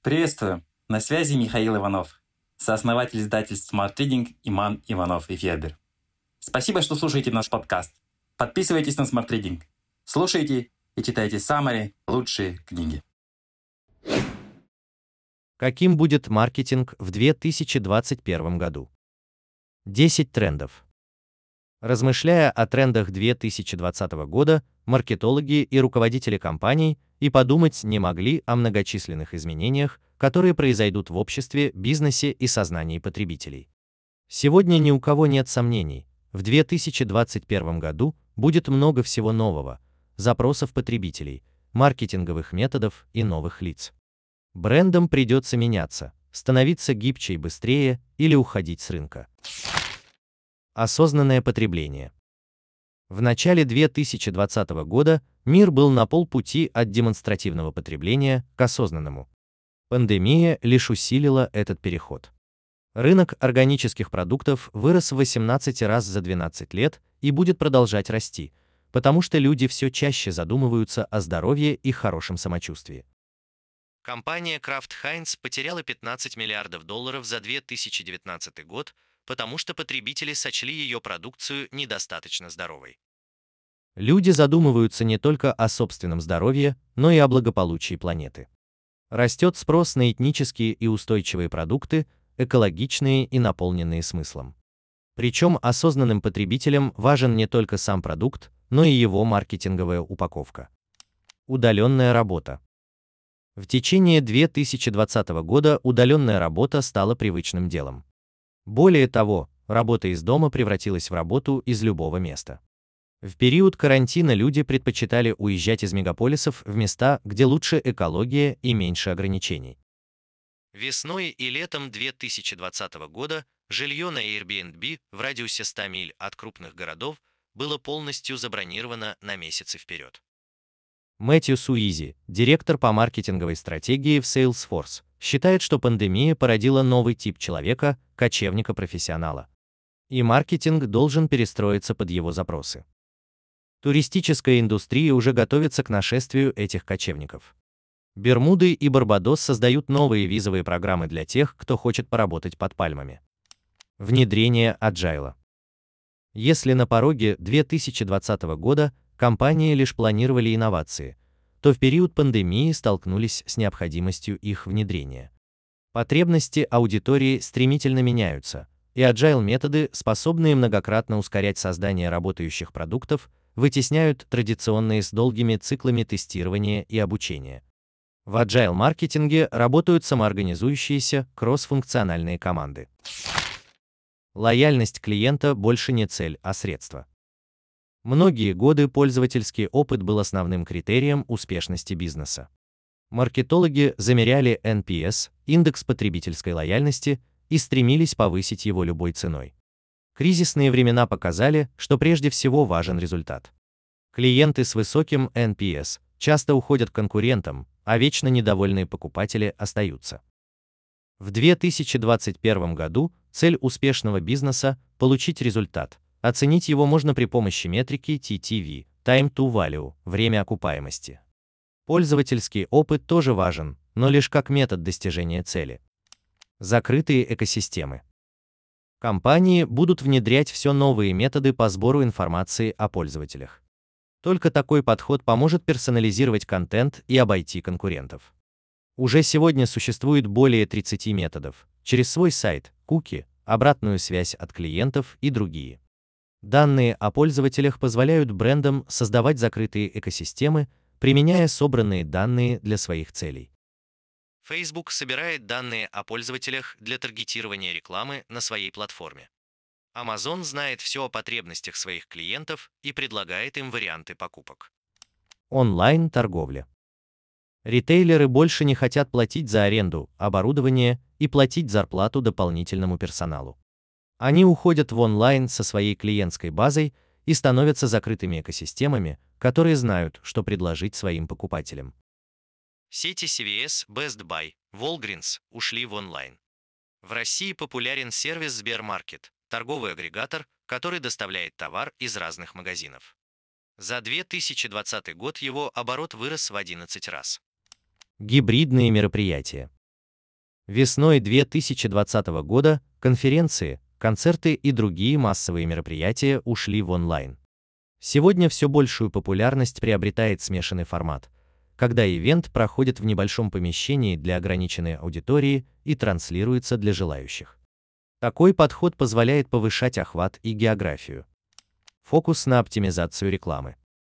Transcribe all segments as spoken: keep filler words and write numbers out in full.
Приветствую! На связи Михаил Иванов, сооснователь издательств Smart Reading Иман Иванов и Федер. Спасибо, что слушаете наш подкаст. Подписывайтесь на Smart Reading. Слушайте и читайте самые лучшие книги. Каким будет маркетинг в две тысячи двадцать первом году? десять трендов. Размышляя о трендах две тысячи двадцатого года, маркетологи и руководители компаний и подумать не могли о многочисленных изменениях, которые произойдут в обществе, бизнесе и сознании потребителей. Сегодня ни у кого нет сомнений, в две тысячи двадцать первом году будет много всего нового, запросов потребителей, маркетинговых методов и новых лиц. Брендам придется меняться, становиться гибче и быстрее или уходить с рынка. Осознанное потребление. В начале две тысячи двадцатого года мир был на полпути от демонстративного потребления к осознанному. Пандемия лишь усилила этот переход. Рынок органических продуктов вырос в восемнадцать раз за двенадцать лет и будет продолжать расти, потому что люди все чаще задумываются о здоровье и хорошем самочувствии. Компания Kraft Heinz потеряла пятнадцать миллиардов долларов за две тысячи девятнадцатый год, потому что потребители сочли ее продукцию недостаточно здоровой. Люди задумываются не только о собственном здоровье, но и о благополучии планеты. Растет спрос на этнические и устойчивые продукты, экологичные и наполненные смыслом. Причем осознанным потребителям важен не только сам продукт, но и его маркетинговая упаковка. Удаленная работа. В течение две тысячи двадцатого года удаленная работа стала привычным делом. Более того, работа из дома превратилась в работу из любого места. В период карантина люди предпочитали уезжать из мегаполисов в места, где лучше экология и меньше ограничений. Весной и летом две тысячи двадцатого года жилье на Airbnb в радиусе ста миль от крупных городов было полностью забронировано на месяцы вперед. Мэтью Суизи, директор по маркетинговой стратегии в Salesforce, считает, что пандемия породила новый тип человека, кочевника-профессионала. И маркетинг должен перестроиться под его запросы. Туристическая индустрия уже готовится к нашествию этих кочевников. Бермуды и Барбадос создают новые визовые программы для тех, кто хочет поработать под пальмами. Внедрение аджайла. Если на пороге две тысячи двадцатого года компании лишь планировали инновации, то в период пандемии столкнулись с необходимостью их внедрения. Потребности аудитории стремительно меняются, и agile-методы, способные многократно ускорять создание работающих продуктов, вытесняют традиционные с долгими циклами тестирования и обучения. В agile-маркетинге работают самоорганизующиеся кроссфункциональные команды. Лояльность клиента больше не цель, а средство. Многие годы пользовательский опыт был основным критерием успешности бизнеса. Маркетологи замеряли эн пи эс, индекс потребительской лояльности, и стремились повысить его любой ценой. Кризисные времена показали, что прежде всего важен результат. Клиенты с высоким эн пи эс часто уходят к конкурентам, а вечно недовольные покупатели остаются. В две тысячи двадцать первом году цель успешного бизнеса – получить результат. Оценить его можно при помощи метрики ти ти ви, Time to Value, время окупаемости. Пользовательский опыт тоже важен, но лишь как метод достижения цели. Закрытые экосистемы. Компании будут внедрять все новые методы по сбору информации о пользователях. Только такой подход поможет персонализировать контент и обойти конкурентов. Уже сегодня существует более тридцати методов, через свой сайт, куки, обратную связь от клиентов и другие. Данные о пользователях позволяют брендам создавать закрытые экосистемы, применяя собранные данные для своих целей. Facebook собирает данные о пользователях для таргетирования рекламы на своей платформе. Amazon знает все о потребностях своих клиентов и предлагает им варианты покупок. Онлайн-торговля. Ритейлеры больше не хотят платить за аренду, оборудование и платить зарплату дополнительному персоналу. Они уходят в онлайн со своей клиентской базой и становятся закрытыми экосистемами, которые знают, что предложить своим покупателям. Сети си ви эс, Best Buy, Walgreens ушли в онлайн. В России популярен сервис Сбермаркет, торговый агрегатор, который доставляет товар из разных магазинов. За две тысячи двадцатый год его оборот вырос в одиннадцать раз. Гибридные мероприятия. Весной две тысячи двадцатого года конференции, концерты и другие массовые мероприятия ушли в онлайн. Сегодня все большую популярность приобретает смешанный формат, когда ивент проходит в небольшом помещении для ограниченной аудитории и транслируется для желающих. Такой подход позволяет повышать охват и географию. Фокус на оптимизацию рекламы.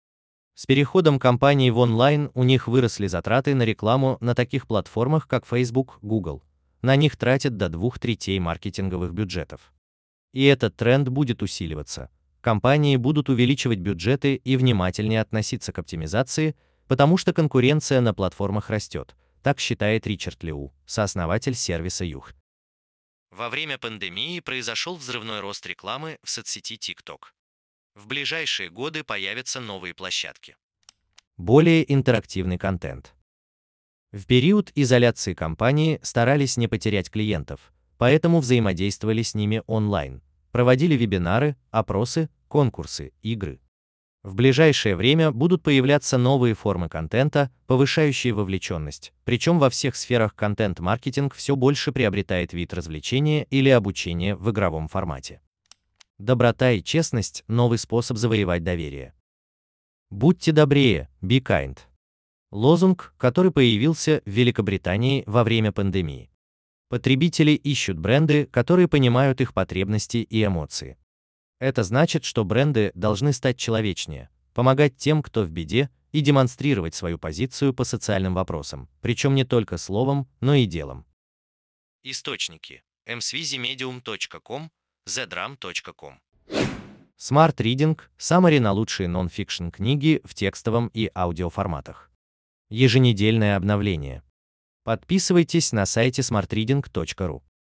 С переходом компаний в онлайн у них выросли затраты на рекламу на таких платформах, как Facebook, Google. На них тратят до двух третей маркетинговых бюджетов. И этот тренд будет усиливаться. Компании будут увеличивать бюджеты и внимательнее относиться к оптимизации, потому что конкуренция на платформах растет, так считает Ричард Лиу, сооснователь сервиса Юх. Во время пандемии произошел взрывной рост рекламы в соцсети TikTok. В ближайшие годы появятся новые площадки. Более интерактивный контент. В период изоляции компании старались не потерять клиентов, поэтому взаимодействовали с ними онлайн, проводили вебинары, опросы, конкурсы, игры. В ближайшее время будут появляться новые формы контента, повышающие вовлеченность, причем во всех сферах контент-маркетинг все больше приобретает вид развлечения или обучения в игровом формате. Доброта и честность – новый способ завоевать доверие. Будьте добрее, be kind. Лозунг, который появился в Великобритании во время пандемии. Потребители ищут бренды, которые понимают их потребности и эмоции. Это значит, что бренды должны стать человечнее, помогать тем, кто в беде, и демонстрировать свою позицию по социальным вопросам, причем не только словом, но и делом. Источники: эм свизимедиум точка ком, зедram точка ком. Smart Reading – саммари на лучшие нон-фикшн книги в текстовом и аудиоформатах. Еженедельное обновление. Подписывайтесь на сайте смарт ридинг точка ру.